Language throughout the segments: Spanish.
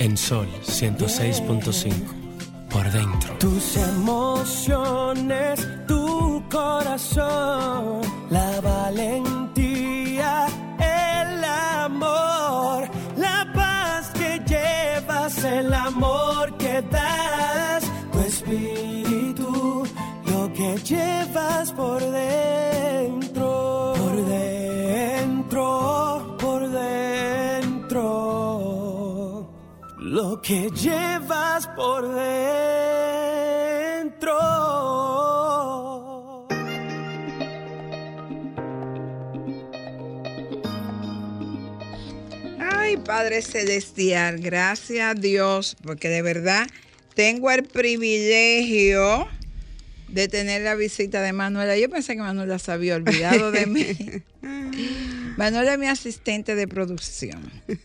En Sol 106.5, por dentro. Tus emociones, tu corazón, la valentía, el amor, la paz que llevas, el amor que das, tu espíritu, lo que llevas por dentro, por dentro, por dentro, lo que llevas por dentro. Ay, Padre Celestial, gracias a Dios, porque de verdad tengo el privilegio de tener la visita de Manuela. Yo pensé que Manuela se había olvidado de mí. Manuela es mi asistente de producción.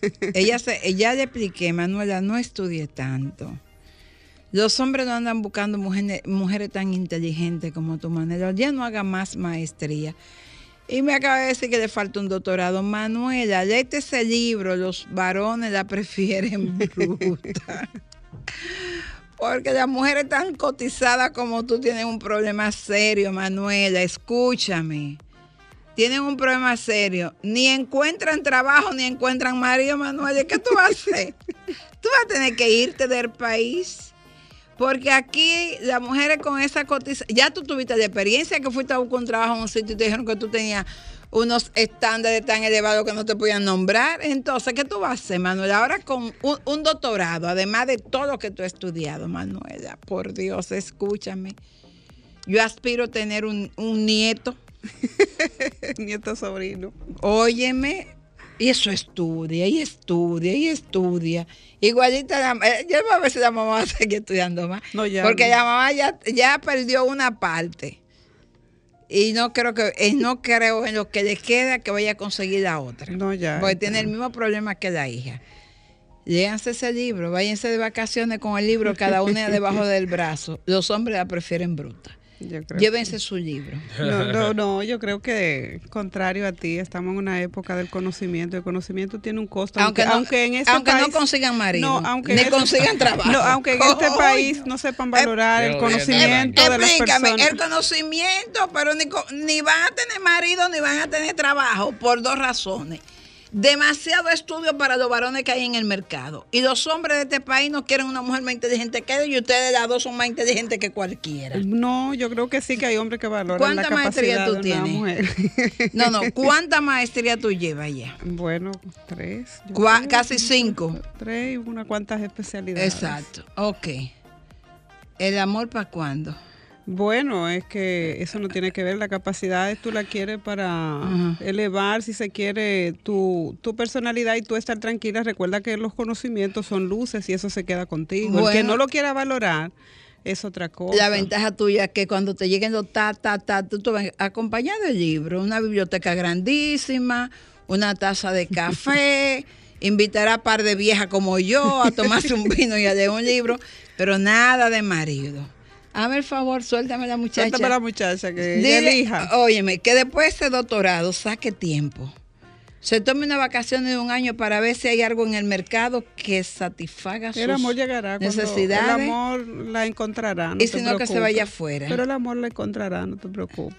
Ya le expliqué, Manuela, no estudié tanto. Los hombres no andan buscando mujeres tan inteligentes como tu, Manuela. Ya no haga más maestría. Y me acaba de decir que le falta un doctorado. Manuela, léete ese libro. Los varones la prefieren bruta. Porque las mujeres tan cotizadas como tú tienen un problema serio, Manuela. Escúchame. Tienen un problema serio. Ni encuentran trabajo, ni encuentran marido, Manuela. ¿Qué tú vas a hacer? Tú vas a tener que irte del país. Porque aquí las mujeres con esa cotización... Ya tú tuviste la experiencia que fuiste a buscar un trabajo en un sitio y te dijeron que tú tenías unos estándares tan elevados que no te podían nombrar. Entonces, ¿qué tú vas a hacer, Manuela? Ahora con un doctorado, además de todo lo que tú has estudiado, Manuela. Por Dios, escúchame. Yo aspiro a tener un nieto. Nieto sobrino. Óyeme, y eso estudia, y estudia, y estudia. Igualita, yo voy a ver si la mamá va a seguir estudiando más. No, ya porque no. la mamá ya perdió una parte. Y no creo en lo que le queda que vaya a conseguir la otra. No, ya. Porque tiene el mismo problema que la hija. Léanse ese libro, váyanse de vacaciones con el libro, cada una debajo del brazo. Los hombres la prefieren bruta. Llévense su libro. No, yo creo que contrario a ti, estamos en una época del conocimiento. El conocimiento tiene un costo. Aunque en este país, no consigan marido, ni consigan trabajo. No, aunque en este país no sepan valorar el conocimiento de las personas. El conocimiento, pero ni van a tener marido ni van a tener trabajo por dos razones. Demasiado estudio para los varones que hay en el mercado. Y los hombres de este país no quieren una mujer más inteligente que ellos, y ustedes las dos son más inteligentes que cualquiera. No, yo creo que sí que hay hombres que valoran la capacidad de una mujer. No, ¿cuánta maestría tú llevas ya? Bueno, 3. Casi 5. 3 y unas cuantas especialidades. Exacto, ok. ¿El amor para cuándo? Bueno, es que eso no tiene que ver, la capacidad tú la quieres para elevar, si se quiere, tu personalidad y tú estar tranquila. Recuerda que los conocimientos son luces y eso se queda contigo. Bueno, el que no lo quiera valorar es otra cosa. La ventaja tuya es que cuando te lleguen los tú vas acompañado del libro, una biblioteca grandísima, una taza de café, invitará a par de viejas como yo a tomarse un vino y a leer un libro, pero nada de marido. Hazme el favor, suéltame a la muchacha. Suéltame a la muchacha, que ella elija. Óyeme, que después de ese doctorado saque tiempo. Se tome una vacación de un año para ver si hay algo en el mercado que satisfaga sus amor llegará necesidades. El amor la encontrará, no y si no, que se vaya afuera. Pero el amor la encontrará, no te preocupes.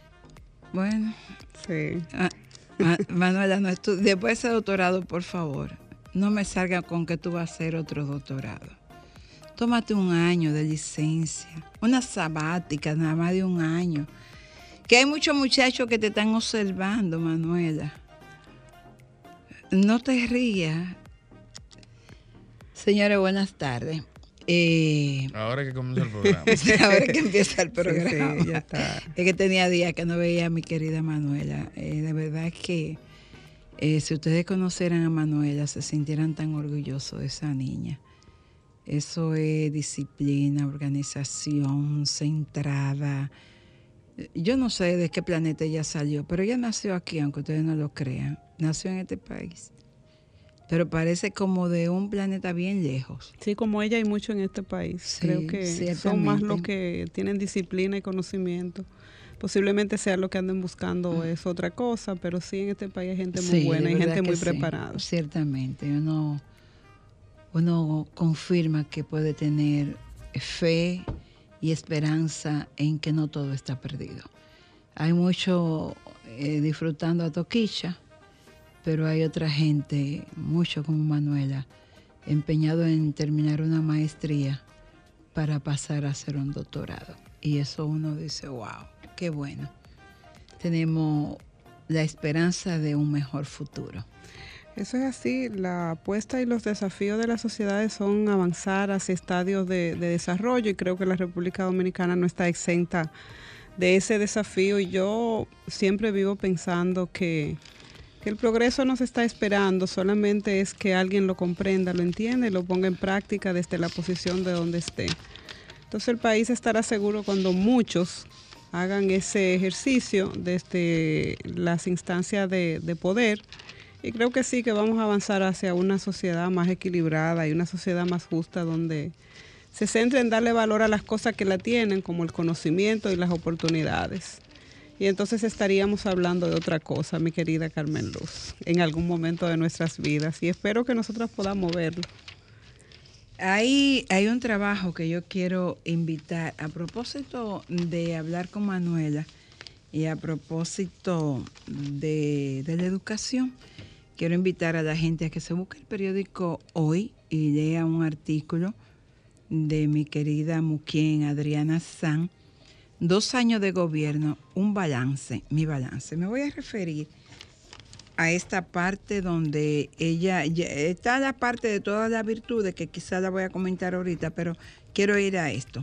Bueno. Sí. Manuela, después de ese doctorado, por favor, no me salga con que tú vas a hacer otro doctorado. Tómate un año de licencia, una sabática, nada más de un año. Que hay muchos muchachos que te están observando, Manuela. No te rías. Señores, buenas tardes. Ahora que comienza el programa. Ahora que empieza el programa. Sí, ya está. Es que tenía días que no veía a mi querida Manuela. De verdad es que si ustedes conocieran a Manuela, se sintieran tan orgullosos de esa niña. Eso es disciplina, organización, centrada. Yo no sé de qué planeta ella salió, pero ella nació aquí, aunque ustedes no lo crean. Nació en este país. Pero parece como de un planeta bien lejos. Sí, como ella hay mucho en este país. Sí, creo que son más los que tienen disciplina y conocimiento. Posiblemente sea lo que anden buscando es otra cosa, pero sí en este país hay gente muy buena y gente muy preparada. Ciertamente, uno confirma que puede tener fe y esperanza en que no todo está perdido. Hay mucho disfrutando a Toquicha, pero hay otra gente, mucho como Manuela, empeñado en terminar una maestría para pasar a hacer un doctorado. Y eso uno dice, wow, qué bueno. Tenemos la esperanza de un mejor futuro. Eso es así, la apuesta y los desafíos de las sociedades son avanzar hacia estadios de desarrollo, y creo que la República Dominicana no está exenta de ese desafío, y yo siempre vivo pensando que el progreso nos está esperando, solamente es que alguien lo comprenda, lo entienda y lo ponga en práctica desde la posición de donde esté. Entonces el país estará seguro cuando muchos hagan ese ejercicio desde las instancias de poder. Y creo que sí, que vamos a avanzar hacia una sociedad más equilibrada y una sociedad más justa, donde se centre en darle valor a las cosas que la tienen, como el conocimiento y las oportunidades. Y entonces estaríamos hablando de otra cosa, mi querida Carmen Luz, en algún momento de nuestras vidas. Y espero que nosotras podamos verlo. Hay un trabajo que yo quiero invitar a propósito de hablar con Manuela y a propósito de la educación. Quiero invitar a la gente a que se busque el periódico Hoy y lea un artículo de mi querida Muquien Adriana San, 2 años de gobierno, un balance, mi balance. Me voy a referir a esta parte donde ella, está la parte de todas las virtudes que quizás la voy a comentar ahorita, pero quiero ir a esto.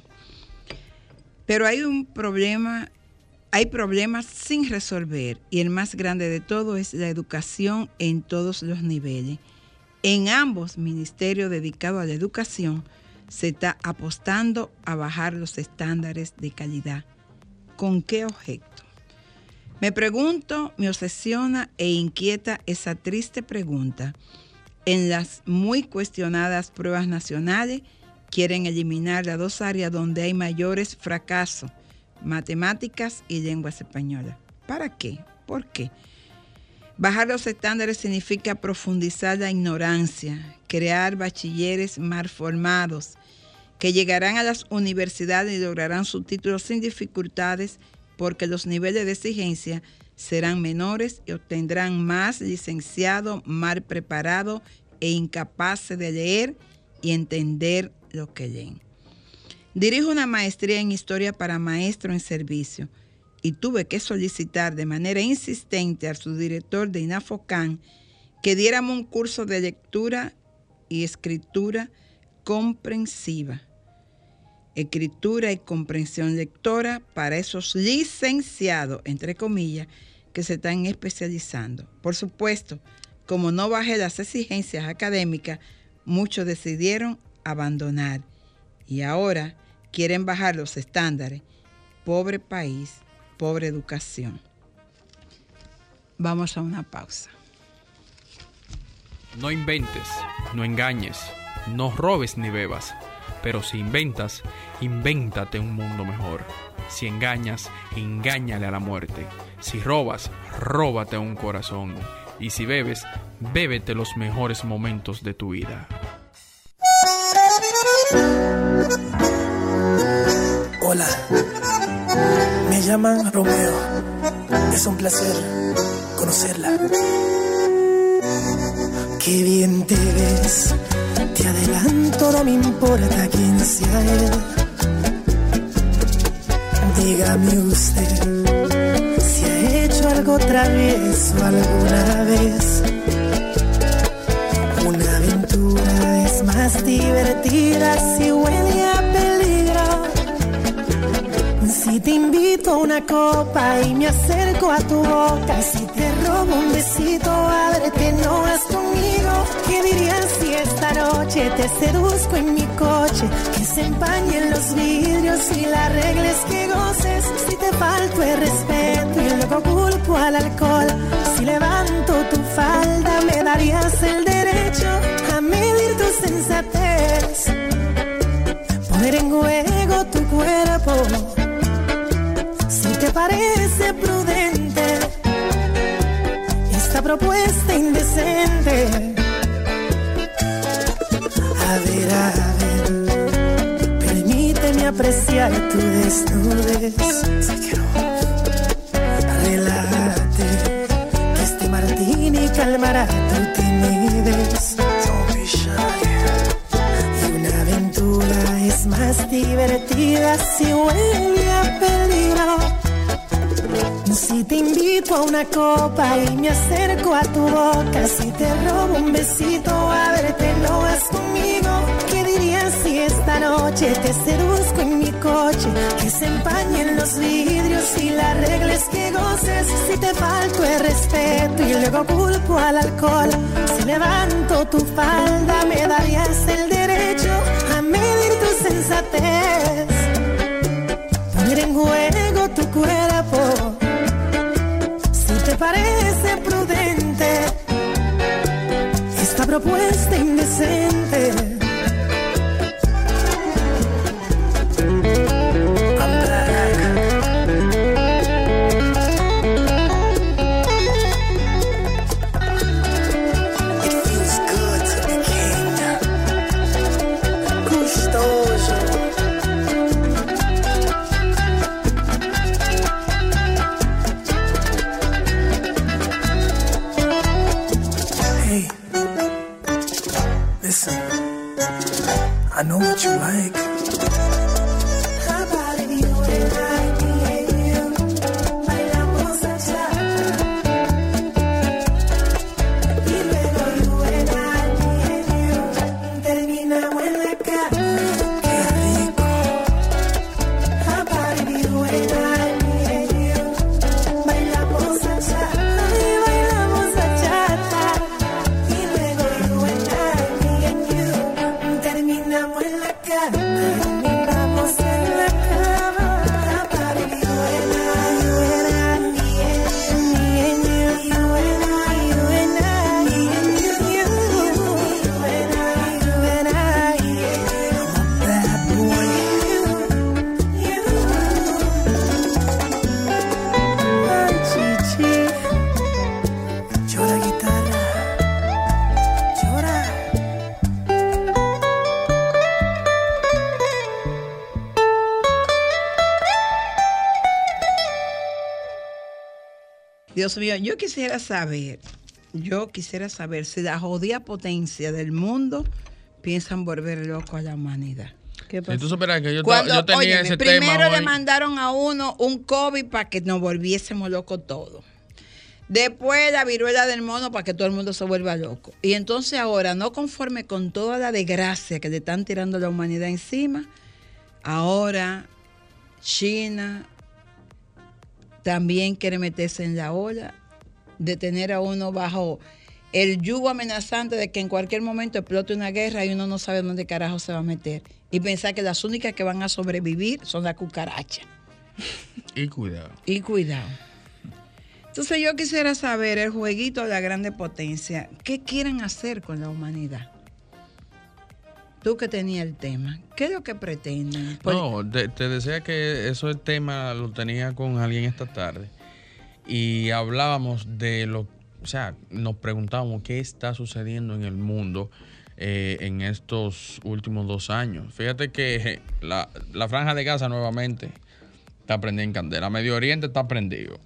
Pero hay un problema. Hay problemas sin resolver, y el más grande de todo es la educación en todos los niveles. En ambos ministerios dedicados a la educación se está apostando a bajar los estándares de calidad. ¿Con qué objeto? Me pregunto, me obsesiona e inquieta esa triste pregunta. En las muy cuestionadas pruebas nacionales quieren eliminar las 2 áreas donde hay mayores fracasos: matemáticas y lenguas españolas. ¿Para qué? ¿Por qué? Bajar los estándares significa profundizar la ignorancia, crear bachilleres mal formados, que llegarán a las universidades y lograrán sus títulos sin dificultades, porque los niveles de exigencia serán menores y obtendrán más licenciados mal preparados e incapaces de leer y entender lo que leen. Dirijo una maestría en historia para maestro en servicio y tuve que solicitar de manera insistente al subdirector de INAFOCAN que diéramos un curso de lectura y escritura comprensiva. Escritura y comprensión lectora para esos licenciados, entre comillas, que se están especializando. Por supuesto, como no bajé las exigencias académicas, muchos decidieron abandonar y ahora quieren bajar los estándares. Pobre país, pobre educación. Vamos a una pausa. No inventes, no engañes, no robes ni bebas. Pero si inventas, invéntate un mundo mejor. Si engañas, engáñale a la muerte. Si robas, róbate un corazón. Y si bebes, bébete los mejores momentos de tu vida. Hola, me llaman Romeo. Es un placer conocerla. Qué bien te ves. Te adelanto, no me importa quién sea él. Dígame usted si ha hecho algo travieso alguna vez. Una aventura es más divertida si huele a peligro. Si te invito a una copa y me acerco a tu boca, si te robo un besito, ábrete, no vas conmigo. ¿Qué dirías si esta noche te seduzco en mi coche? Que se empañen los vidrios y las reglas que goces. Si te falto el respeto y luego culpo al alcohol, si levanto tu falda me darías el derecho a medir tu sensatez, poner en juego tu cuerpo. Si te parece prudente esta propuesta indecente, ver, permíteme apreciar tu desnudez. Relájate, que este martini calmará tu timidez. Y una aventura es más divertida si huele a peligro. Si te invito a una copa y me acerco a tu boca, si te robo un besito, a verte lo has conmigo. ¿Qué dirías si esta noche te seduzco en mi coche? Que se empañen los vidrios y las reglas que goces. Si te falto el respeto y luego culpo al alcohol, si levanto tu falda me darías el derecho a medir tu sensatez, poner en juego tu cuerpo. ¿Te parece prudente esta propuesta indecente? I know what you like. How about if you and I, me and you, bailamos bachata? Y luego you and I, me and you, terminamos en la cama. Qué rico. How about if you and I, me and you, bailamos bachata? Y bailamos bachata. Y luego you and I, me and you, terminamos en la cama, terminamos en la cama. About it, you and I, me and you, you and I, you and I, you and I, I'm a bad boy. Ay, chichi, llora guitarra, llora. Dios mío, yo quisiera saber si la jodida potencia del mundo piensan volver loco a la humanidad. ¿Qué pasa? Si tú supieras que yo tenía óyeme, ese tema primero le hoy. mandaron a uno un COVID para que nos volviésemos locos todos. Después la viruela del mono para que todo el mundo se vuelva loco. Y entonces ahora, no conforme con toda la desgracia que le están tirando a la humanidad encima, ahora China también quiere meterse en la ola de tener a uno bajo el yugo amenazante de que en cualquier momento explote una guerra y uno no sabe dónde carajo se va a meter. Y pensar que las únicas que van a sobrevivir son las cucarachas. Y cuidado. Y cuidado. Entonces yo quisiera saber, el jueguito de la grande potencia, ¿qué quieren hacer con la humanidad? Tú que tenías el tema, ¿qué es lo que pretenden? No, te decía que eso el tema lo tenía con alguien esta tarde y hablábamos de lo, o sea, nos preguntábamos qué está sucediendo en el mundo en estos últimos 2 años. Fíjate que la franja de Gaza nuevamente está prendida en candela, Medio Oriente está prendido.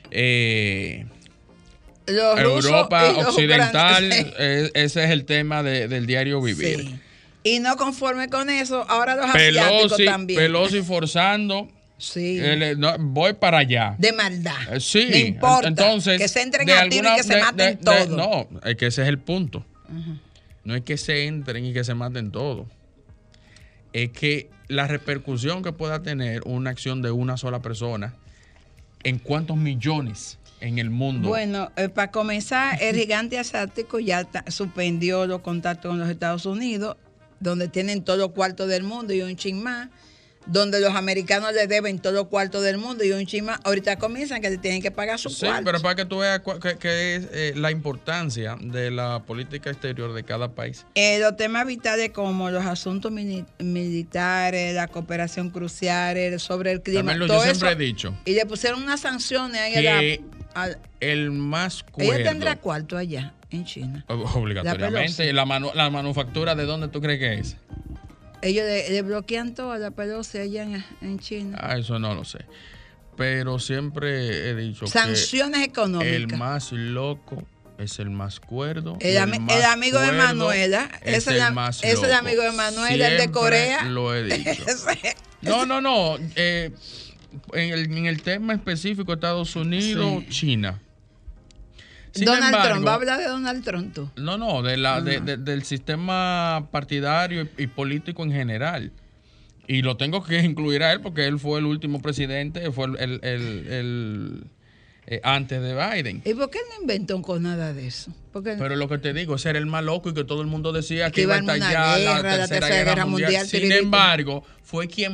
Europa Occidental, ese es el tema del diario vivir. Sí. Y no conforme con eso, ahora los asiáticos también. Pelosi forzando. Sí. Voy para allá. De maldad. Sí. No importa. Entonces, que se entren a tiro y que se maten todos. No, es que ese es el punto. No es que se entren y que se maten todos. Es que la repercusión que pueda tener una acción de una sola persona en cuántos millones en el mundo. Bueno, para comenzar, el gigante asiático ya suspendió los contactos con los Estados Unidos, donde tienen todos los cuartos del mundo y un chin más, donde los americanos le deben todos los cuartos del mundo y un chin más. Ahorita comienzan que le tienen que pagar sus cuartos. Sí, pero para que tú veas que es la importancia de la política exterior de cada país. Los temas vitales como los asuntos militares, la cooperación crucial, sobre el clima. También todo yo siempre eso, he dicho. Y le pusieron unas sanciones ahí que el más cuerdo. Ella tendrá cuarto allá. en China. Obligatoriamente. La manufactura, ¿de dónde tú crees que es? Ellos le bloquean toda la Pelosi allá en China. Eso no lo sé. Pero siempre he dicho sanciones económicas. El más loco es el más cuerdo. El amigo de Manuela. Ese es el amigo de Manuela, el de Corea. Lo he dicho. No. En el tema específico, Estados Unidos, sí. China. Donald Trump, ¿va a hablar de Donald Trump tú? No, del sistema partidario y político en general. Y lo tengo que incluir a él porque él fue el último presidente, fue el antes de Biden. ¿Y por qué no inventó con nada de eso? Pero lo que te digo, ese era el más loco y que todo el mundo decía que iba a estallar la tercera guerra mundial. Sin embargo, fue quien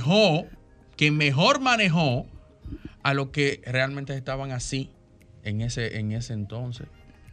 mejor manejó a los que realmente estaban así en ese entonces.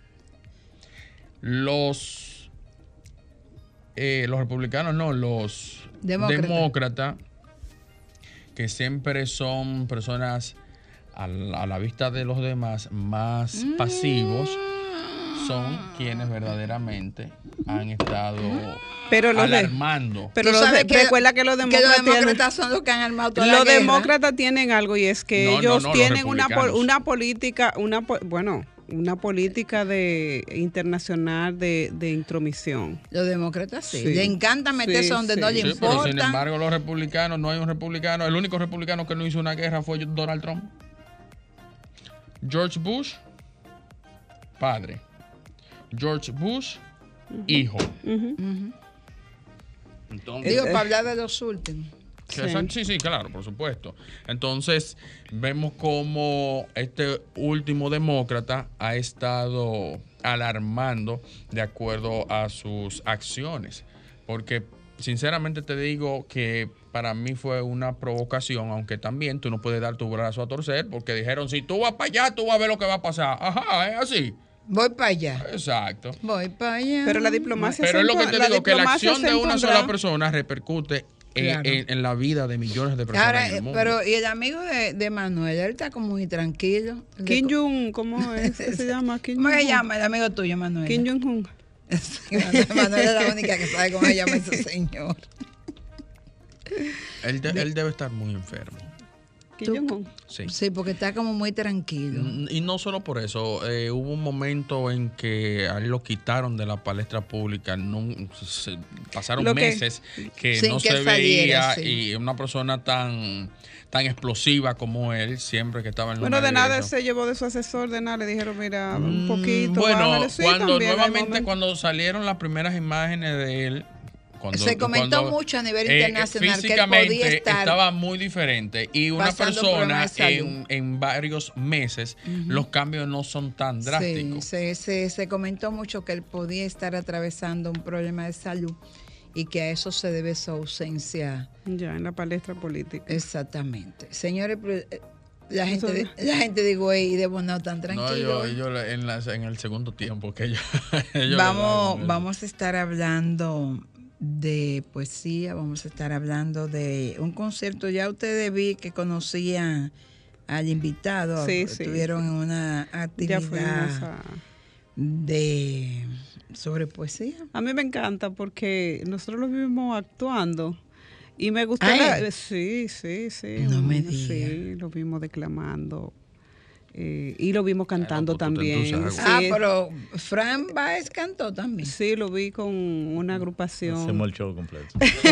Los republicanos, no, los demócratas, que siempre son personas a la vista de los demás más pasivos, son quienes verdaderamente han estado alarmando. Pero recuerda que los demócratas son los que han armado toda la guerra. Los demócratas tienen algo y es que ellos tienen una política, una política internacional de intromisión. Los demócratas sí. Le encanta meterse donde no le importa. Pero sin embargo, los republicanos, no hay un republicano. El único republicano que no hizo una guerra fue Donald Trump. George Bush, padre. George Bush, hijo. Entonces, para hablar de los últimos. Sí, claro, por supuesto. Entonces, vemos cómo este último demócrata ha estado alarmando de acuerdo a sus acciones. Porque, sinceramente, te digo que para mí fue una provocación, aunque también tú no puedes dar tu brazo a torcer, porque dijeron, si tú vas para allá, tú vas a ver lo que va a pasar. Ajá, es así. Voy para allá. Exacto. Voy para allá. Pero la diplomacia Pero es lo que te digo, que la acción de una sola persona repercute en la vida de millones de personas. Ahora, en el mundo. Pero y el amigo de Manuel, él está como muy tranquilo. Kim Jong, ¿cómo es? ¿Qué se llama? ¿Cómo se llama el amigo tuyo, Manuel? Kim Jong-un. Manuel es la única que sabe cómo se llama ese señor. Él debe estar muy enfermo. Sí, porque está como muy tranquilo. Y no solo por eso, hubo un momento en que a él lo quitaron de la palestra pública, pasaron meses que no se veía, sí. Y una persona tan explosiva como él, siempre que estaba en Bueno, de nada se llevó de su asesor, de nada le dijeron, mira, un poquito. Bueno, cuando salieron las primeras imágenes de él, se comentó mucho a nivel internacional que él podía estar estaba muy diferente y una persona en varios meses los cambios no son tan drásticos. Sí, se comentó mucho que él podía estar atravesando un problema de salud y que a eso se debe su ausencia ya en la palestra política. Exactamente. Señores, la gente digo, y de Bonao tan tranquilo. No, yo en el segundo tiempo que vamos a estar hablando de poesía, vamos a estar hablando de un concierto. Ya ustedes vi que conocían al invitado, estuvieron en una actividad sobre poesía. A mí me encanta porque nosotros lo vimos actuando y me gustó. Sí. No me digas. Sí, lo vimos declamando. Y lo vimos cantando también. Pero Fran Báez cantó también. Sí, lo vi con una agrupación. Hacemos el show completo.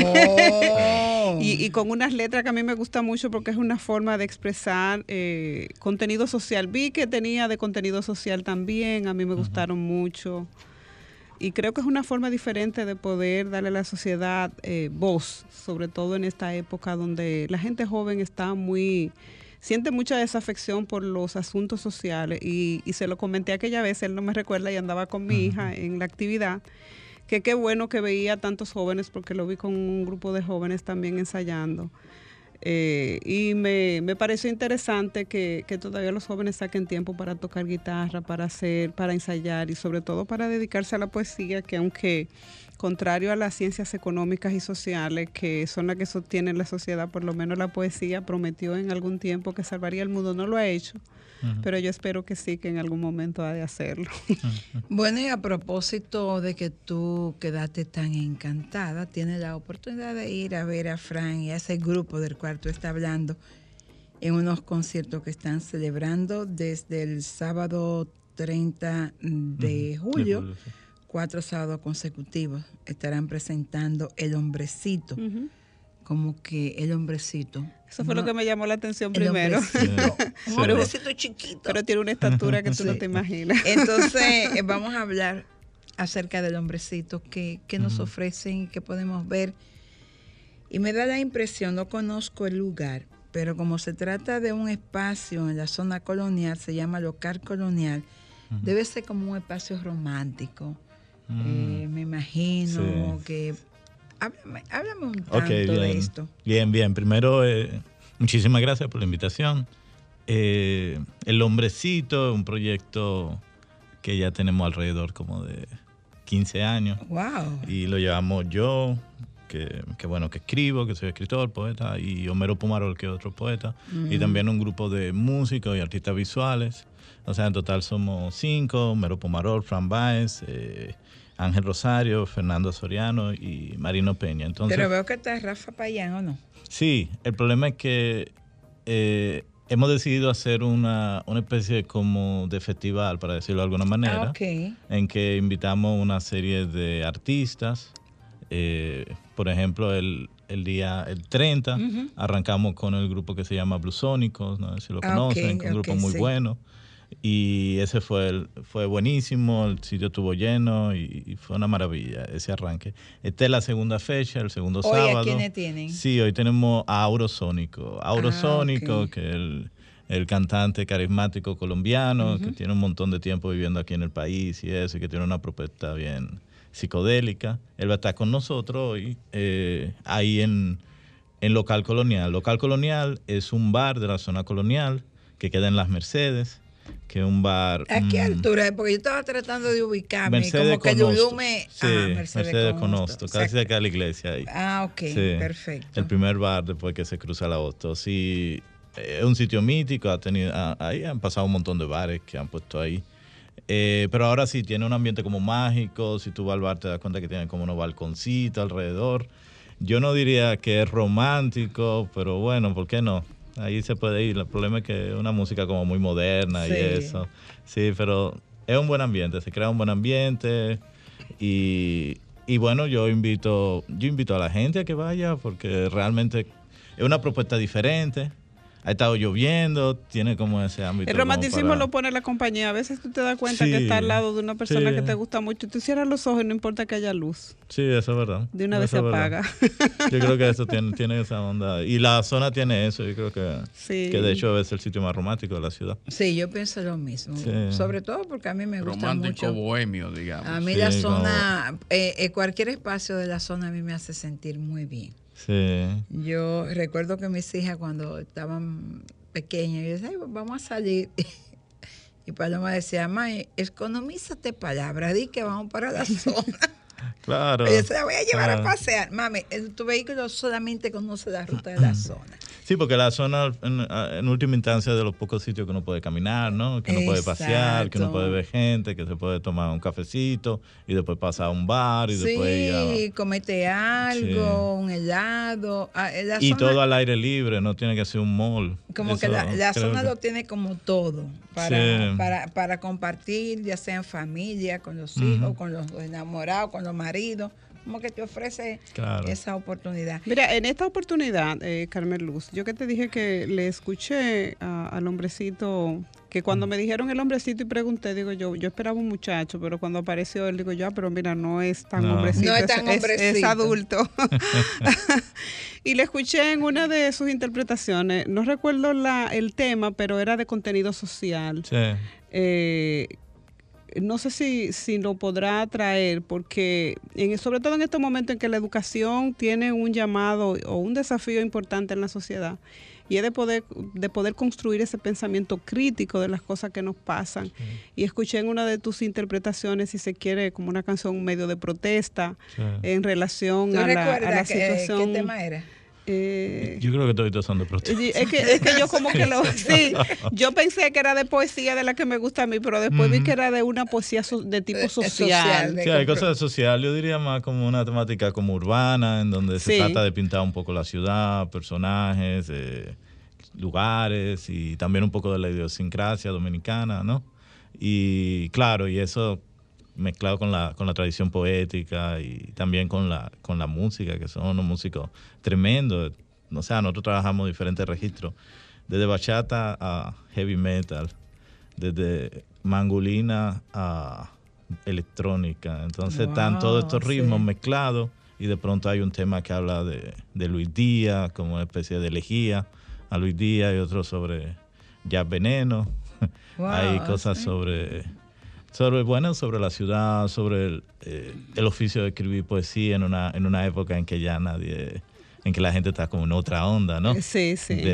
Y con unas letras que a mí me gusta mucho porque es una forma de expresar contenido social. Vi que tenía de contenido social también, a mí me gustaron mucho. Y creo que es una forma diferente de poder darle a la sociedad voz, sobre todo en esta época donde la gente joven está siente mucha desafección por los asuntos sociales y se lo comenté aquella vez, él no me recuerda y andaba con mi hija en la actividad, que qué bueno que veía tantos jóvenes porque lo vi con un grupo de jóvenes también ensayando. Y me pareció interesante que todavía los jóvenes saquen tiempo para tocar guitarra, para ensayar y sobre todo para dedicarse a la poesía, que aunque contrario a las ciencias económicas y sociales, que son las que sostienen la sociedad. Por lo menos la poesía prometió en algún tiempo que salvaría el mundo, no lo ha hecho, pero yo espero que sí, que en algún momento ha de hacerlo. Bueno, y a propósito de que tú quedaste tan encantada, tienes la oportunidad de ir a ver a Fran y a ese grupo del cual tú estás hablando en unos conciertos que están celebrando desde el sábado 30 de julio. Sí. 4 sábados consecutivos estarán presentando El Hombrecito. Como que El Hombrecito. Eso fue lo que me llamó la atención primero. Un hombrecito chiquito. Pero tiene una estatura que tú no te imaginas. Entonces, vamos a hablar acerca del Hombrecito, que nos ofrecen y que podemos ver. Y me da la impresión, no conozco el lugar, pero como se trata de un espacio en la zona colonial, se llama Local Colonial, debe ser como un espacio romántico. Me imagino que... Háblame un tanto de esto. Bien. Primero, muchísimas gracias por la invitación. El Hombrecito, un proyecto que ya tenemos alrededor como de 15 años. ¡Wow! Y lo llevamos yo, que escribo, que soy escritor, poeta, y Homero Pumarol, que es otro poeta, y también un grupo de músicos y artistas visuales. O sea, en total somos 5, Homero Pumarol, Fran Báez, Ángel Rosario, Fernando Soriano y Marino Peña. Entonces, pero veo que está Rafa Payán, ¿o no? Sí, el problema es que hemos decidido hacer una especie como de festival, para decirlo de alguna manera, en que invitamos una serie de artistas. Por ejemplo, el 30 arrancamos con el grupo que se llama Blusónicos, no sé si lo conocen, un grupo muy bueno. Y ese fue buenísimo, el sitio estuvo lleno y fue una maravilla ese arranque. Esta es la segunda fecha, el segundo sábado. ¿Hoy a quiénes tienen? Sí, hoy tenemos a Aurosónico. Aurosónico, que es el cantante carismático colombiano, que tiene un montón de tiempo viviendo aquí en el país y eso, y que tiene una propuesta bien psicodélica. Él va a estar con nosotros hoy, ahí en Local Colonial. Local Colonial es un bar de la zona colonial que queda en Las Mercedes, que es un bar... ¿A qué altura? Porque yo estaba tratando de ubicarme. Mercedes como que Conosto. Lume... Sí, Mercedes Conosto, casi cerca de la iglesia ahí. Sí, perfecto. El primer bar después que se cruza la Hostos. Sí, es un sitio mítico, ahí han pasado un montón de bares que han puesto ahí. Pero ahora sí, tiene un ambiente como mágico. Si tú vas al bar te das cuenta que tiene como unos balconcitos alrededor. Yo no diría que es romántico, pero bueno, ¿por qué no? Ahí se puede ir. El problema es que es una música como muy moderna y eso. Sí, pero es un buen ambiente, se crea un buen ambiente y bueno, yo invito a la gente a que vaya porque realmente es una propuesta diferente. Ha estado lloviendo, tiene como ese ámbito. El romanticismo lo pone la compañía. A veces tú te das cuenta que está al lado de una persona que te gusta mucho y tú cierras los ojos y no importa que haya luz. Sí, eso es verdad. De una vez se apaga. Yo creo que eso tiene esa onda. Y la zona tiene eso. Yo creo que de hecho es el sitio más romántico de la ciudad. Sí, yo pienso lo mismo. Sí. Sobre todo porque a mí me gusta romántico, mucho. bohemio, digamos. A mí la zona, cualquier espacio de la zona a mí me hace sentir muy bien. Sí. Yo recuerdo que mis hijas cuando estaban pequeñas, yo decía, vamos a salir. Y Paloma decía, mami, economízate palabras, di que vamos para la zona. Claro. Yo se la voy a llevar a pasear. Mami, tu vehículo solamente conoce la ruta de la zona. Sí, porque la zona, en última instancia, es de los pocos sitios que uno puede caminar, ¿no? Que uno puede pasear, que uno puede ver gente, que se puede tomar un cafecito y después pasar a un bar y después ir a... comete algo, un helado. Y zona, todo al aire libre, no tiene que ser un mall. Como eso, que la zona lo tiene como todo para compartir, ya sea en familia, con los hijos, con los enamorados, con los maridos. Como que te ofrece esa oportunidad. Mira, en esta oportunidad, Carmen Luz, yo que te dije que le escuché al hombrecito, que cuando me dijeron el hombrecito y pregunté, digo yo esperaba un muchacho, pero cuando apareció él, digo yo, pero mira, no es tan hombrecito, no es tan hombrecito. Es adulto. Y le escuché en una de sus interpretaciones, no recuerdo el tema, pero era de contenido social. Sí. no sé si lo podrá traer, porque sobre todo en este momento en que la educación tiene un llamado o un desafío importante en la sociedad, y es de poder construir ese pensamiento crítico de las cosas que nos pasan. Y escuché en una de tus interpretaciones, si se quiere, como una canción medio de protesta en relación a la situación. ¿Qué tema era? Yo creo que todos son de protesta. Es que yo como que sí, yo pensé que era de poesía de la que me gusta a mí, pero después vi que era de una poesía de tipo social. Sí, hay cosas de social, yo diría más como una temática como urbana, en donde se trata de pintar un poco la ciudad, personajes, lugares y también un poco de la idiosincrasia dominicana, ¿no? Y claro, y eso mezclado con la tradición poética y también con la música, que son unos músicos tremendos. O sea, nosotros trabajamos diferentes registros, desde bachata a heavy metal, desde mangolina a electrónica. Entonces están todos estos ritmos mezclados y de pronto hay un tema que habla de Luis Díaz, como una especie de elegía a Luis Díaz, y otro sobre Jazz Veneno. Hay cosas sobre la ciudad, sobre el oficio de escribir poesía en una época en que ya en que la gente está como en otra onda, ¿no? Sí.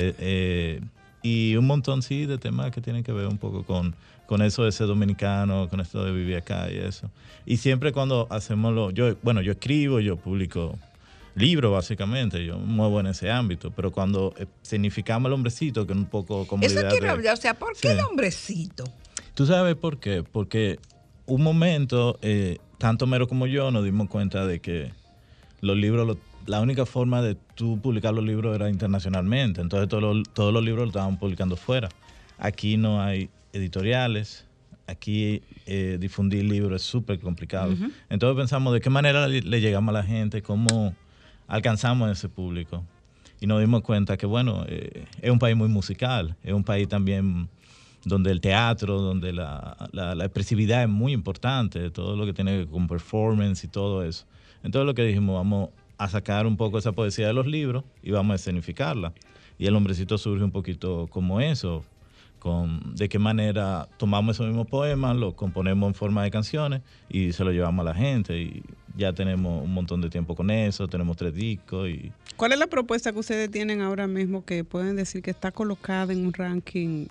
Y un montón, de temas que tienen que ver un poco con eso de ser dominicano, con esto de vivir acá y eso. Y siempre cuando hacemos yo escribo, yo publico libros básicamente, yo me muevo en ese ámbito, pero cuando significamos el hombrecito, que es un poco como eso quiero hablar, o sea, ¿por qué el hombrecito? ¿Tú sabes por qué? Porque un momento, tanto Mero como yo nos dimos cuenta de que los libros, la única forma de tú publicar los libros era internacionalmente. Entonces todos los libros los estaban publicando fuera. Aquí no hay editoriales. Aquí difundir libros es súper complicado. Uh-huh. Entonces pensamos de qué manera le llegamos a la gente, cómo alcanzamos a ese público. Y nos dimos cuenta que, bueno, es un país muy musical. Es un país también donde el teatro, donde la expresividad es muy importante, todo lo que tiene que ver con performance y todo eso. Entonces lo que dijimos, vamos a sacar un poco esa poesía de los libros y vamos a escenificarla. Y el hombrecito surge un poquito como eso, de qué manera tomamos esos mismos poemas, los componemos en forma de canciones y se los llevamos a la gente. Y ya tenemos un montón de tiempo con eso, tenemos 3 discos. ¿Cuál es la propuesta que ustedes tienen ahora mismo que pueden decir que está colocada en un ranking?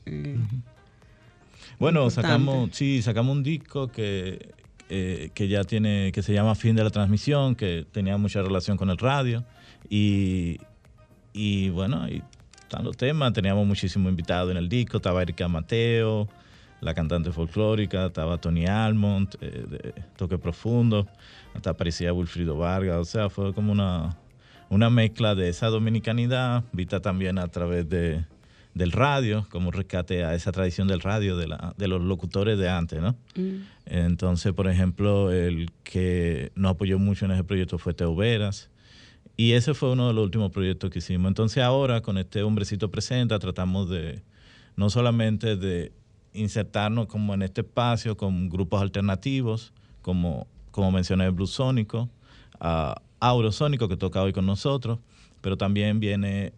Bueno, sacamos un disco que ya tiene, que se llama Fin de la Transmisión, que tenía mucha relación con el radio. Y bueno, ahí están los temas. Teníamos muchísimos invitados en el disco. Estaba Erika Mateo, la cantante folclórica. Estaba Tony Almond, de Toque Profundo. Hasta aparecía Wilfrido Vargas. O sea, fue como una mezcla de esa dominicanidad, vista también a través del radio, como un rescate a esa tradición del radio, de los locutores de antes, ¿no? Entonces, por ejemplo, el que nos apoyó mucho en ese proyecto fue Teo Veras, y ese fue uno de los últimos proyectos que hicimos. Entonces ahora, con este Hombrecito Presenta, tratamos de, no solamente de insertarnos como en este espacio con grupos alternativos, como mencioné, Blues Sónico, Aurosónico, que toca hoy con nosotros, pero también viene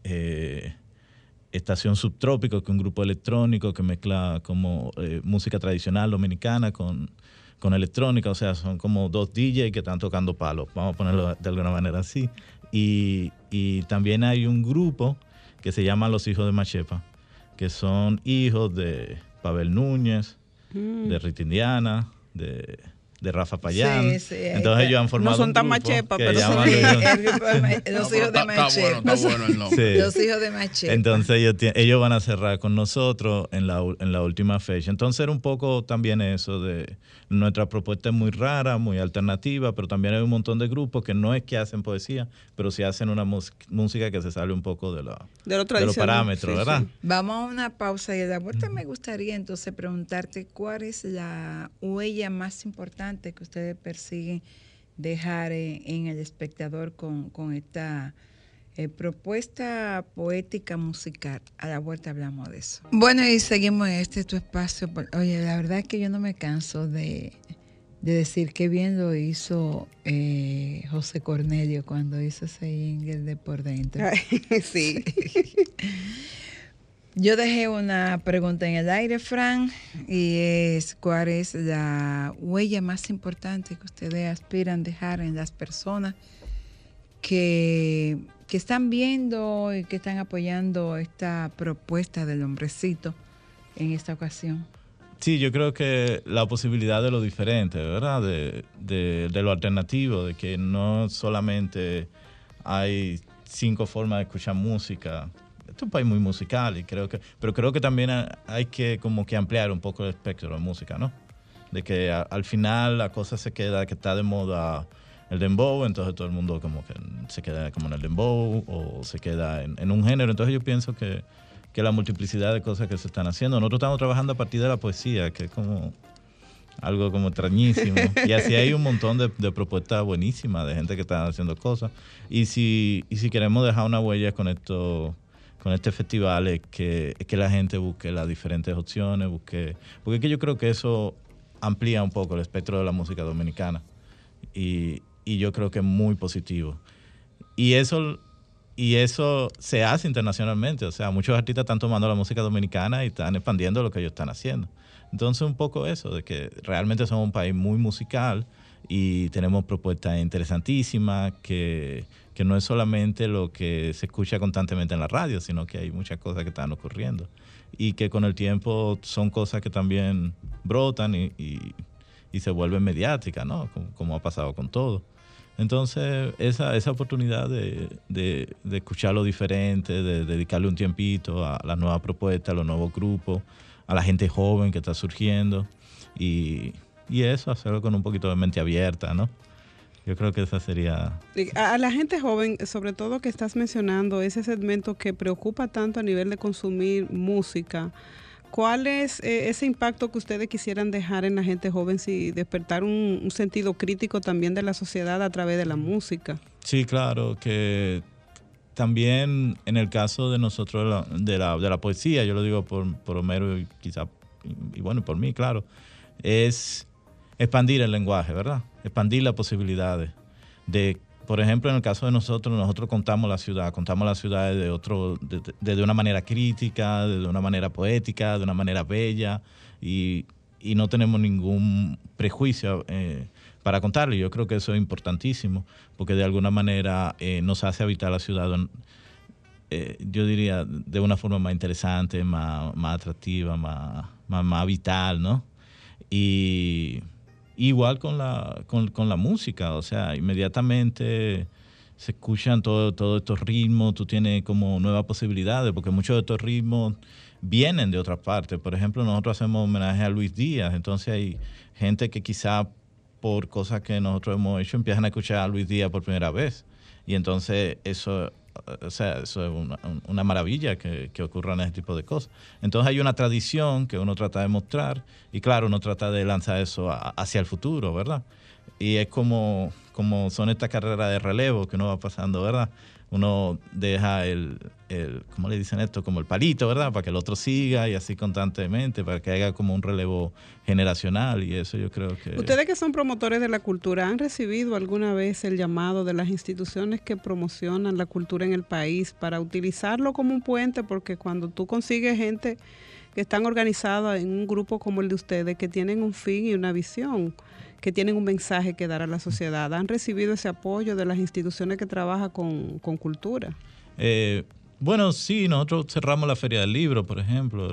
Estación Subtrópico, que es un grupo electrónico que mezcla como música tradicional dominicana con electrónica. O sea, son como 2 DJs que están tocando palos, vamos a ponerlo de alguna manera así. Y también hay un grupo que se llama Los Hijos de Machepa, que son hijos de Pavel Núñez, de Rita Indiana, de Rafa Payán. Sí, entonces ellos han formado no son tan machepa, pero son los hijos de Machepa. Está bueno el nombre. Sí. Los hijos de Machepa. Entonces ellos van a cerrar con nosotros en la última fecha. Entonces era un poco también eso de nuestra propuesta es muy rara, muy alternativa, pero también hay un montón de grupos que no es que hacen poesía, pero sí hacen una música que se sale un poco de los parámetros, ¿verdad? Sí. Vamos a una pausa y a la vuelta me gustaría entonces preguntarte cuál es la huella más importante que ustedes persiguen dejar en el espectador con esta propuesta poética musical. A la vuelta hablamos de eso. Bueno, y seguimos en tu espacio. Oye, la verdad es que yo no me canso de decir qué bien lo hizo José Cornelio cuando hizo ese jingle de Por Dentro. Sí. Yo dejé una pregunta en el aire, Fran, y es: ¿cuál es la huella más importante que ustedes aspiran dejar en las personas que están viendo y que están apoyando esta propuesta del hombrecito en esta ocasión? Sí, yo creo que la posibilidad de lo diferente, ¿verdad? De lo alternativo, de que no solamente hay 5 formas de escuchar música. Este es un país muy musical, pero creo que también hay que como que ampliar un poco el espectro de música, ¿no? De que al final la cosa se queda, que está de moda el dembow, entonces todo el mundo como que se queda como en el dembow o se queda en un género. Entonces yo pienso que la multiplicidad de cosas que se están haciendo. Nosotros estamos trabajando a partir de la poesía, que es como algo como extrañísimo. Y así hay un montón de propuestas buenísimas de gente que está haciendo cosas. Y si queremos dejar una huella con este festival, es que la gente busque las diferentes opciones, porque es que yo creo que eso amplía un poco el espectro de la música dominicana. Y yo creo que es muy positivo. Y eso se hace internacionalmente. O sea, muchos artistas están tomando la música dominicana y están expandiendo lo que ellos están haciendo. Entonces, un poco eso, de que realmente somos un país muy musical y tenemos propuestas interesantísimas que no es solamente lo que se escucha constantemente en la radio, sino que hay muchas cosas que están ocurriendo y que con el tiempo son cosas que también brotan y se vuelven mediáticas, ¿no? Como ha pasado con todo. Entonces, esa oportunidad de escuchar lo diferente, de dedicarle un tiempito a las nuevas propuestas, a los nuevos grupos, a la gente joven que está surgiendo y eso, hacerlo con un poquito de mente abierta, ¿no? Yo creo que esa sería... A la gente joven, sobre todo que estás mencionando, ese segmento que preocupa tanto a nivel de consumir música, ¿cuál es ese impacto que ustedes quisieran dejar en la gente joven, si despertar un sentido crítico también de la sociedad a través de la música? Sí, claro, que también en el caso de nosotros de la poesía, yo lo digo por Homero y quizá, y bueno, por mí, claro, es expandir el lenguaje, ¿verdad? Expandir las posibilidades de... Por ejemplo, en el caso de nosotros contamos la ciudad de una manera crítica, de una manera poética, de una manera bella y no tenemos ningún prejuicio para contarlo. Yo creo que eso es importantísimo porque de alguna manera nos hace habitar la ciudad, yo diría, de una forma más interesante, más atractiva, más vital, ¿no? Y igual con la música, o sea, inmediatamente se escuchan todos estos ritmos, tú tienes como nuevas posibilidades, porque muchos de estos ritmos vienen de otras partes. Por ejemplo, nosotros hacemos homenaje a Luis Díaz, entonces hay gente que quizá por cosas que nosotros hemos hecho empiezan a escuchar a Luis Díaz por primera vez. Y entonces eso es una maravilla que ocurran ese tipo de cosas. Entonces hay una tradición que uno trata de mostrar y claro, uno trata de lanzar eso hacia el futuro, ¿verdad? Y es como son estas carreras de relevo que uno va pasando, ¿verdad? Uno deja ¿cómo le dicen esto? Como el palito, ¿verdad? Para que el otro siga y así constantemente, para que haya como un relevo generacional y eso yo creo que... Ustedes que son promotores de la cultura, ¿han recibido alguna vez el llamado de las instituciones que promocionan la cultura en el país para utilizarlo como un puente? Porque cuando tú consigues gente que están organizadas en un grupo como el de ustedes, que tienen un fin y una visión, que tienen un mensaje que dar a la sociedad, ¿han recibido ese apoyo de las instituciones que trabajan con cultura? Bueno, sí, nosotros cerramos la Feria del Libro, por ejemplo,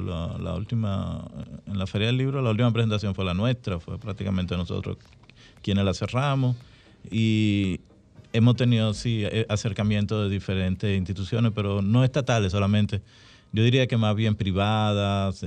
en la Feria del Libro la última presentación fue la nuestra, fue prácticamente nosotros quienes la cerramos y hemos tenido, sí, acercamiento de diferentes instituciones, pero no estatales solamente, yo diría que más bien privadas,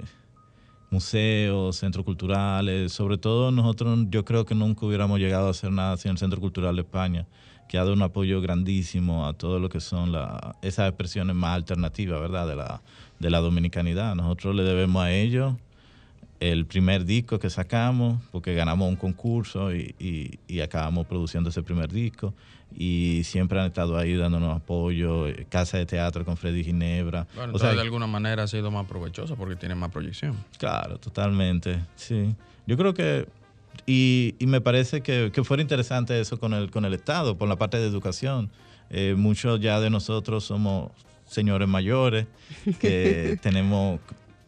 museos, centros culturales, sobre todo nosotros yo creo que nunca hubiéramos llegado a hacer nada sin el Centro Cultural de España, que ha dado un apoyo grandísimo a todo lo que son esas expresiones más alternativas, ¿verdad? De la dominicanidad. Nosotros le debemos a ellos el primer disco que sacamos, porque ganamos un concurso y acabamos produciendo ese primer disco. Y siempre han estado ahí dándonos apoyo, Casa de Teatro con Freddy Ginebra. Bueno, entonces de alguna manera ha sido más provechoso porque tiene más proyección. Claro, totalmente, sí. Yo creo que, y me parece que fuera interesante eso con el Estado, por la parte de educación. Muchos ya de nosotros somos señores mayores que tenemos,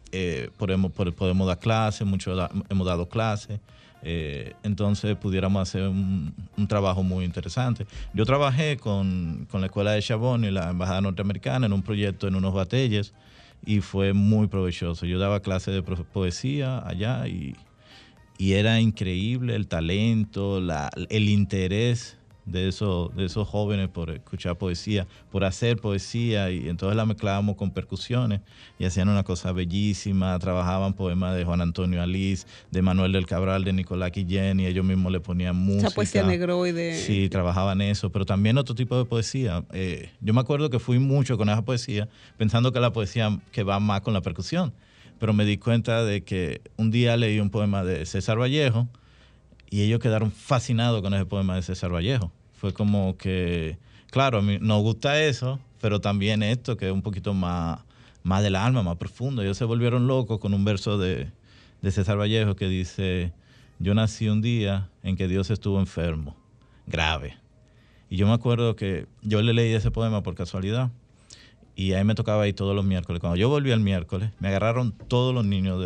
podemos dar clases, hemos dado clases. Entonces pudiéramos hacer un trabajo muy interesante. Yo trabajé con la Escuela de Chabón y la Embajada Norteamericana en un proyecto en unos batelles y fue muy provechoso. Yo daba clases de poesía allá y era increíble el talento, el interés de esos jóvenes por escuchar poesía, por hacer poesía, y entonces la mezclábamos con percusiones y hacían una cosa bellísima. Trabajaban poemas de Juan Antonio Alís, de Manuel del Cabral, de Nicolás Guillén, y ellos mismos le ponían música. Esa poesía negroide. Sí, trabajaban eso, pero también otro tipo de poesía. Yo me acuerdo que fui mucho con esa poesía, pensando que la poesía que va más con la percusión, pero me di cuenta de que un día leí un poema de César Vallejo y ellos quedaron fascinados con ese poema de César Vallejo. Fue como que, claro, a mí nos gusta eso, pero también esto que es un poquito más del alma, más profundo. Ellos se volvieron locos con un verso de César Vallejo que dice: yo nací un día en que Dios estuvo enfermo, grave. Y yo me acuerdo que yo le leí ese poema por casualidad y ahí me tocaba ir todos los miércoles. Cuando yo volví el miércoles, me agarraron todos los niños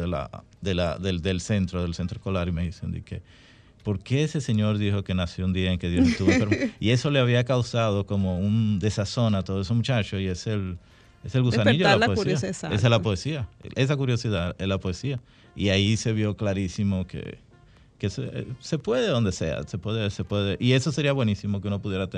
del centro escolar y me dicen de que ¿por qué ese señor dijo que nació un día en que Dios estuvo enfermo? Y eso le había causado como un desazón a todos esos muchachos, y es el gusanillo de la poesía. Esa es la poesía. Esa curiosidad es la poesía. Y ahí se vio clarísimo que se puede donde sea, se puede. Y eso sería buenísimo, que uno pudiera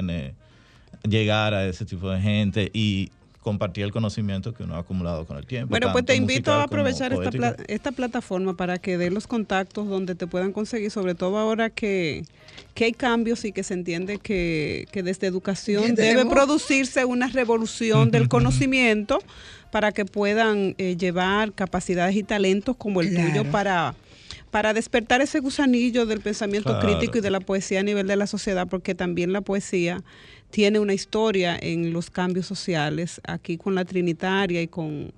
llegar a ese tipo de gente y compartir el conocimiento que uno ha acumulado con el tiempo. Bueno, pues te invito a aprovechar esta plataforma para que dé los contactos donde te puedan conseguir, sobre todo ahora que hay cambios y que se entiende que desde educación debe producirse una revolución del conocimiento para que puedan llevar capacidades y talentos como el tuyo para despertar ese gusanillo del pensamiento crítico y de la poesía a nivel de la sociedad, porque también la poesía tiene una historia en los cambios sociales. Aquí con la Trinitaria y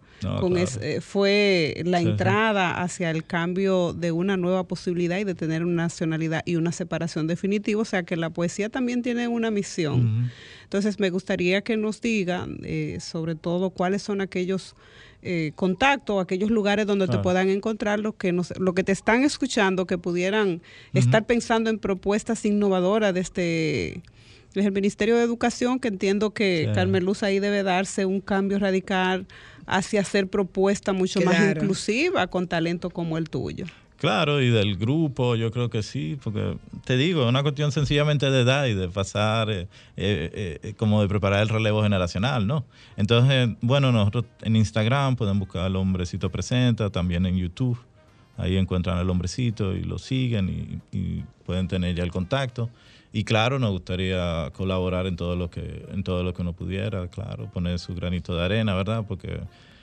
fue la entrada hacia el cambio de una nueva posibilidad y de tener una nacionalidad y una separación definitiva. O sea que la poesía también tiene una misión. Entonces me gustaría que nos digan sobre todo cuáles son aquellos contactos, aquellos lugares donde te puedan encontrar lo que te están escuchando, que pudieran estar pensando en propuestas innovadoras desde el Ministerio de Educación, que entiendo que Carmen Luz ahí debe darse un cambio radical hacia hacer propuestas mucho más inclusivas con talento como el tuyo. Claro, y del grupo yo creo que sí, porque te digo, es una cuestión sencillamente de edad y de pasar, como de preparar el relevo generacional, ¿no? Entonces, bueno, nosotros en Instagram pueden buscar El Hombrecito Presenta, también en YouTube, ahí encuentran El Hombrecito y lo siguen y pueden tener ya el contacto. Y claro, nos gustaría colaborar en todo lo que uno pudiera, claro, poner su granito de arena, ¿verdad? Porque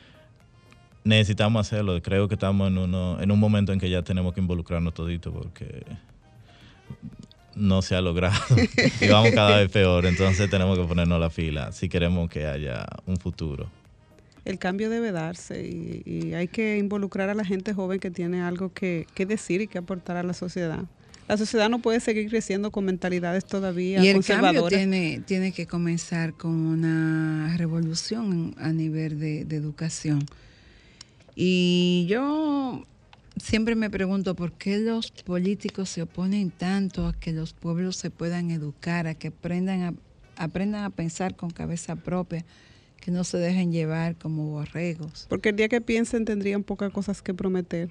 necesitamos hacerlo. Creo que estamos en un momento en que ya tenemos que involucrarnos todito, porque no se ha logrado y vamos cada vez peor. Entonces tenemos que ponernos la fila si queremos que haya un futuro. El cambio debe darse y hay que involucrar a la gente joven que tiene algo que decir y que aportar a la sociedad. La sociedad no puede seguir creciendo con mentalidades todavía conservadoras. Y el cambio tiene que comenzar con una revolución a nivel de educación. Y yo siempre me pregunto por qué los políticos se oponen tanto a que los pueblos se puedan educar, a que aprendan a pensar con cabeza propia, que no se dejen llevar como borregos. Porque el día que piensen tendrían pocas cosas que prometer.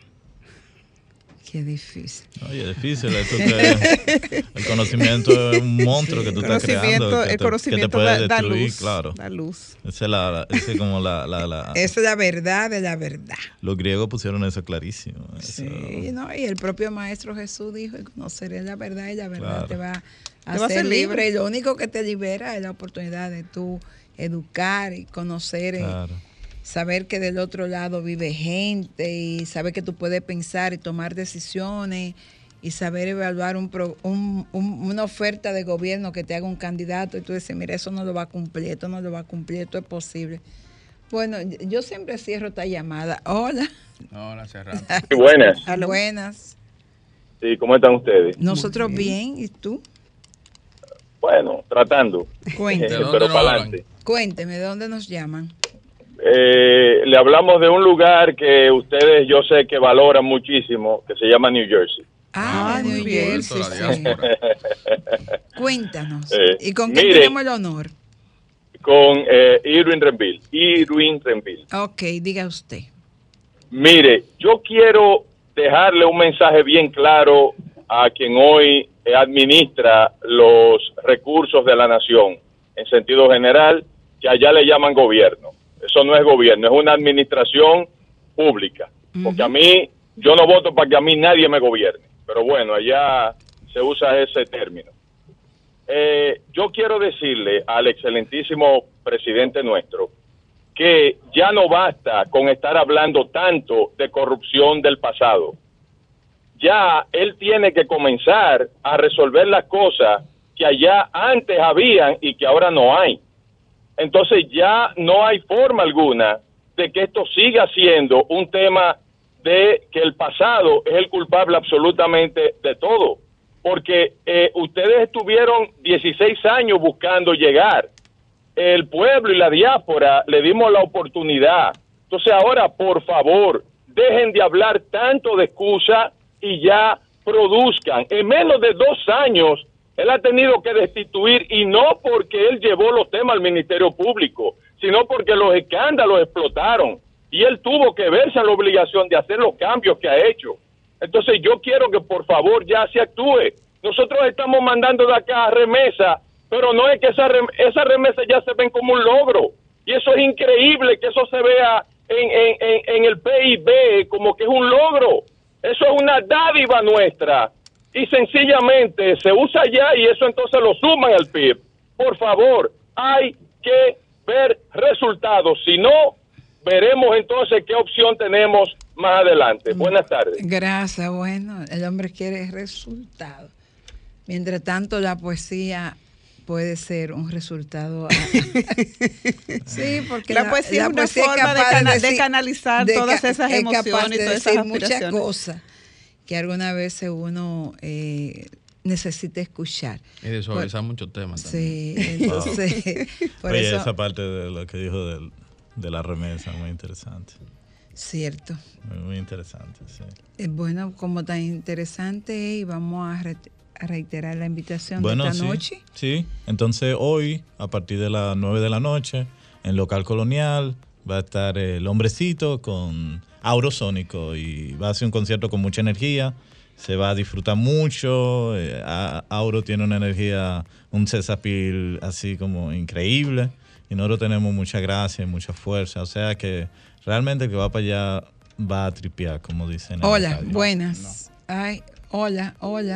Qué difícil. Oye, es difícil. Esto que el conocimiento es un monstruo que tú estás creando. El conocimiento que te puede da destruir, luz, claro. da luz. Esa es la verdad de la verdad. Los griegos pusieron eso clarísimo. Sí, ¿no? Y el propio Maestro Jesús dijo: conoceré la verdad y la verdad te va a hacer libre. Y lo único que te libera es la oportunidad de tú educar y conocer. Claro. Saber que del otro lado vive gente y saber que tú puedes pensar y tomar decisiones y saber evaluar una oferta de gobierno que te haga un candidato y tú dices: mira, eso no lo va a cumplir, esto no lo va a cumplir, esto es posible. Bueno, yo siempre cierro esta llamada. Hola. Hola, cerrado. Sí, buenas. Buenas. Sí, ¿cómo están ustedes? Nosotros bien. ¿Y tú? Bueno, tratando. Cuénteme. Pero para adelante. Cuénteme, ¿de dónde nos llaman? Le hablamos de un lugar que ustedes yo sé que valoran muchísimo, que se llama New Jersey. New Jersey, la sí. diáspora. Cuéntanos. Eh, ¿Y con quién mire. tenemos el honor? Con Irwin Renville. Ok, diga usted. Mire, yo quiero dejarle un mensaje bien claro a quien hoy administra los recursos de la nación, en sentido general, que allá le llaman gobierno. Eso no es gobierno, es una administración pública. Porque a mí, yo no voto para que a mí nadie me gobierne. Pero bueno, allá se usa ese término. Yo quiero decirle al excelentísimo presidente nuestro que ya no basta con estar hablando tanto de corrupción del pasado. Ya él tiene que comenzar a resolver las cosas que allá antes habían y que ahora no hay. Entonces ya no hay forma alguna de que esto siga siendo un tema de que el pasado es el culpable absolutamente de todo. Porque ustedes estuvieron 16 años buscando llegar. El pueblo y la diáspora le dimos la oportunidad. Entonces ahora, por favor, dejen de hablar tanto de excusa y ya produzcan. En menos de 2 años, él ha tenido que destituir, y no porque él llevó los temas al Ministerio Público, sino porque los escándalos explotaron y él tuvo que verse en la obligación de hacer los cambios que ha hecho. Entonces yo quiero que por favor ya se actúe. Nosotros estamos mandando de acá remesa, pero no es que esa remesa ya se ven como un logro. Y eso es increíble que eso se vea en el PIB como que es un logro. Eso es una dádiva nuestra. Y sencillamente se usa ya y eso entonces lo suman al PIB. Por favor, hay que ver resultados. Si no, veremos entonces qué opción tenemos más adelante. Buenas tardes. Gracias. Bueno, el hombre quiere resultados. Mientras tanto, la poesía puede ser un resultado. Sí, porque la poesía es una forma de canalizar todas esas emociones y todas esas aspiraciones. Muchas cosas que algunas veces uno necesita escuchar. Y de suavizar muchos temas también. Sí, entonces. Por Oye, eso, esa parte de lo que dijo de la remesa, muy interesante. Cierto. Muy interesante, sí. Bueno, como tan interesante, y vamos a reiterar la invitación de esta noche. Sí, entonces hoy, a partir de las 9 de la noche, en Local Colonial, va a estar el Hombrecito con Aurosónico y va a ser un concierto con mucha energía. Se va a disfrutar mucho. Auro tiene una energía, un sesapil así como increíble. Y nosotros tenemos mucha gracia y mucha fuerza. O sea que realmente el que va para allá va a tripear, como dicen. Hola, buenas. No. Ay, hola.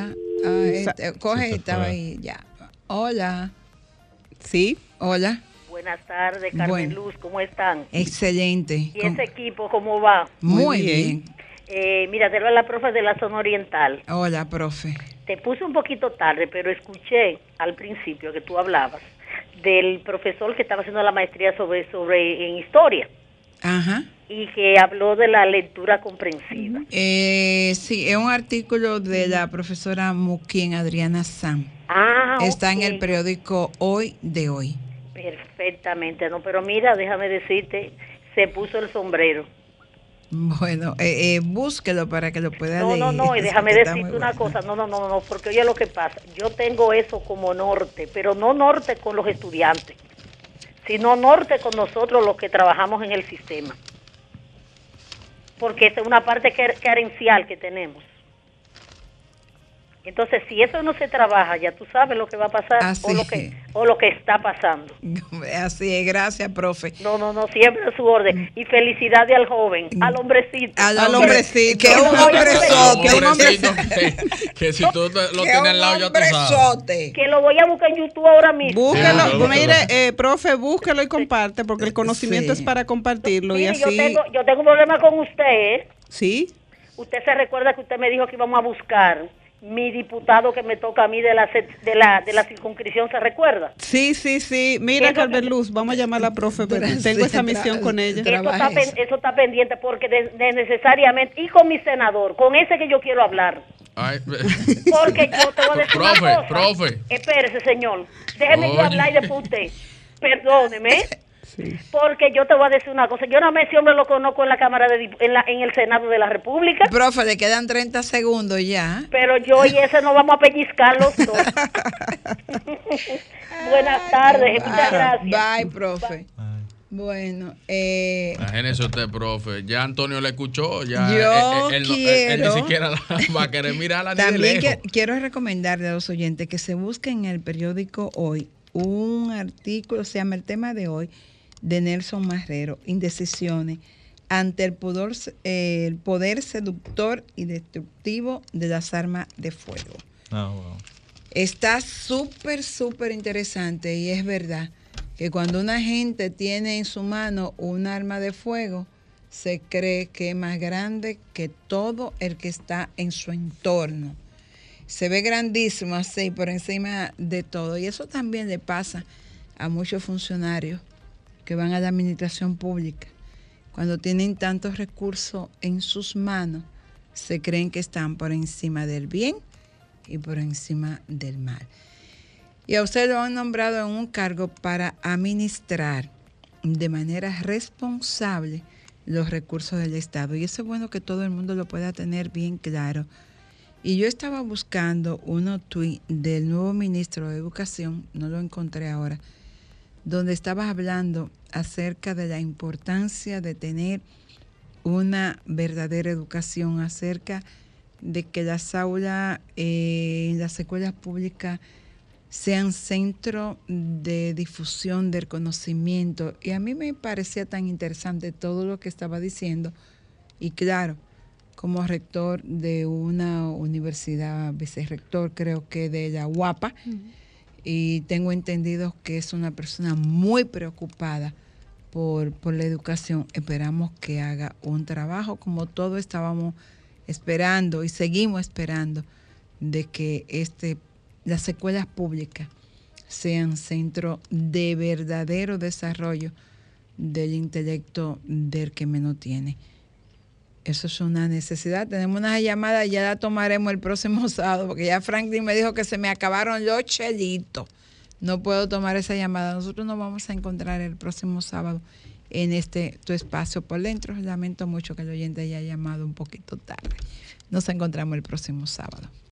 Coge, estaba ahí ya. Hola. Sí. Hola. Buenas tardes, Carmen Luz, ¿cómo están? Excelente. ¿Y ese equipo cómo va? Muy bien. Mira, te habla la profe de la zona oriental. Hola, profe. Te puse un poquito tarde, pero escuché al principio que tú hablabas del profesor que estaba haciendo la maestría en historia. Ajá. Y que habló de la lectura comprensiva. Sí, es un artículo de la profesora Muquien, Adriana Sam. Está en el periódico Hoy de Hoy. Perfectamente, no, pero mira, déjame decirte, se puso el sombrero. Bueno, búsquelo para que lo pueda leer. No, y déjame decirte una cosa, no, porque oye lo que pasa, yo tengo eso como norte, pero no norte con los estudiantes, sino norte con nosotros los que trabajamos en el sistema, porque esa es una parte carencial que tenemos. Entonces, si eso no se trabaja, ya tú sabes lo que va a pasar o lo que está pasando. Así es, gracias, profe. No, siempre a su orden. Y felicidades al joven, al hombrecito. Al hombrecito. Que un hombrecito. Que si tú lo tienes al lado, ya tú sabes. Que lo voy a buscar en YouTube ahora mismo. Búsquelo. Mire, profe, búsquelo y comparte, porque el conocimiento es para compartirlo. Mire, y así... yo tengo un problema con usted, ¿eh? ¿Sí? Usted se recuerda que usted me dijo que íbamos a buscar mi diputado que me toca a mí de la circunscripción, ¿se recuerda? Sí. Mira, Carmen Luz, vamos a llamar a la profe, pero tengo esa misión con ella. Eso está pendiente porque necesariamente, y con mi senador, con ese que yo quiero hablar. Porque yo te voy a decir una cosa. Profe. Espérese, señor. Déjeme yo hablar y después usted. Perdóneme. Sí. Porque yo te voy a decir una cosa, yo no me ese hombre lo conozco en la Cámara en el Senado de la República. Profe, le quedan 30 segundos ya. Pero yo y ese no vamos a pellizcar los dos. Buenas tardes, muchas gracias. Bye, profe. Bueno, imagínese usted, profe. Ya Antonio le escuchó. Ya él ni siquiera va a querer mirarla ni de también lejos. Quiero recomendarle a los oyentes que se busquen en el periódico Hoy un artículo, se llama el tema de hoy, de Nelson Marrero, Indecisiones ante el poder seductor y destructivo de las armas de fuego. Wow. Está súper interesante y es verdad que cuando una gente tiene en su mano un arma de fuego, se cree que es más grande que todo el que está en su entorno. Se ve grandísimo así por encima de todo. Y eso también le pasa a muchos funcionarios que van a la administración pública. Cuando tienen tantos recursos en sus manos, se creen que están por encima del bien y por encima del mal. Y a usted lo han nombrado en un cargo para administrar de manera responsable los recursos del Estado. Y eso es bueno que todo el mundo lo pueda tener bien claro. Y yo estaba buscando unos tweets del nuevo ministro de Educación, no lo encontré ahora, donde estaba hablando acerca de la importancia de tener una verdadera educación, acerca de que las aulas en las escuelas públicas sean centro de difusión del conocimiento. Y a mí me parecía tan interesante todo lo que estaba diciendo. Y claro, como rector de una universidad, vicerrector creo que de la UAPA, y tengo entendido que es una persona muy preocupada por la educación. Esperamos que haga un trabajo como todos estábamos esperando y seguimos esperando, de que las escuelas públicas sean centro de verdadero desarrollo del intelecto del que menos tiene. Eso es una necesidad. Tenemos una llamada, ya la tomaremos el próximo sábado, porque ya Franklin me dijo que se me acabaron los chelitos. No puedo tomar esa llamada. Nosotros nos vamos a encontrar el próximo sábado en tu espacio por dentro. Lamento mucho que el oyente haya llamado un poquito tarde. Nos encontramos el próximo sábado.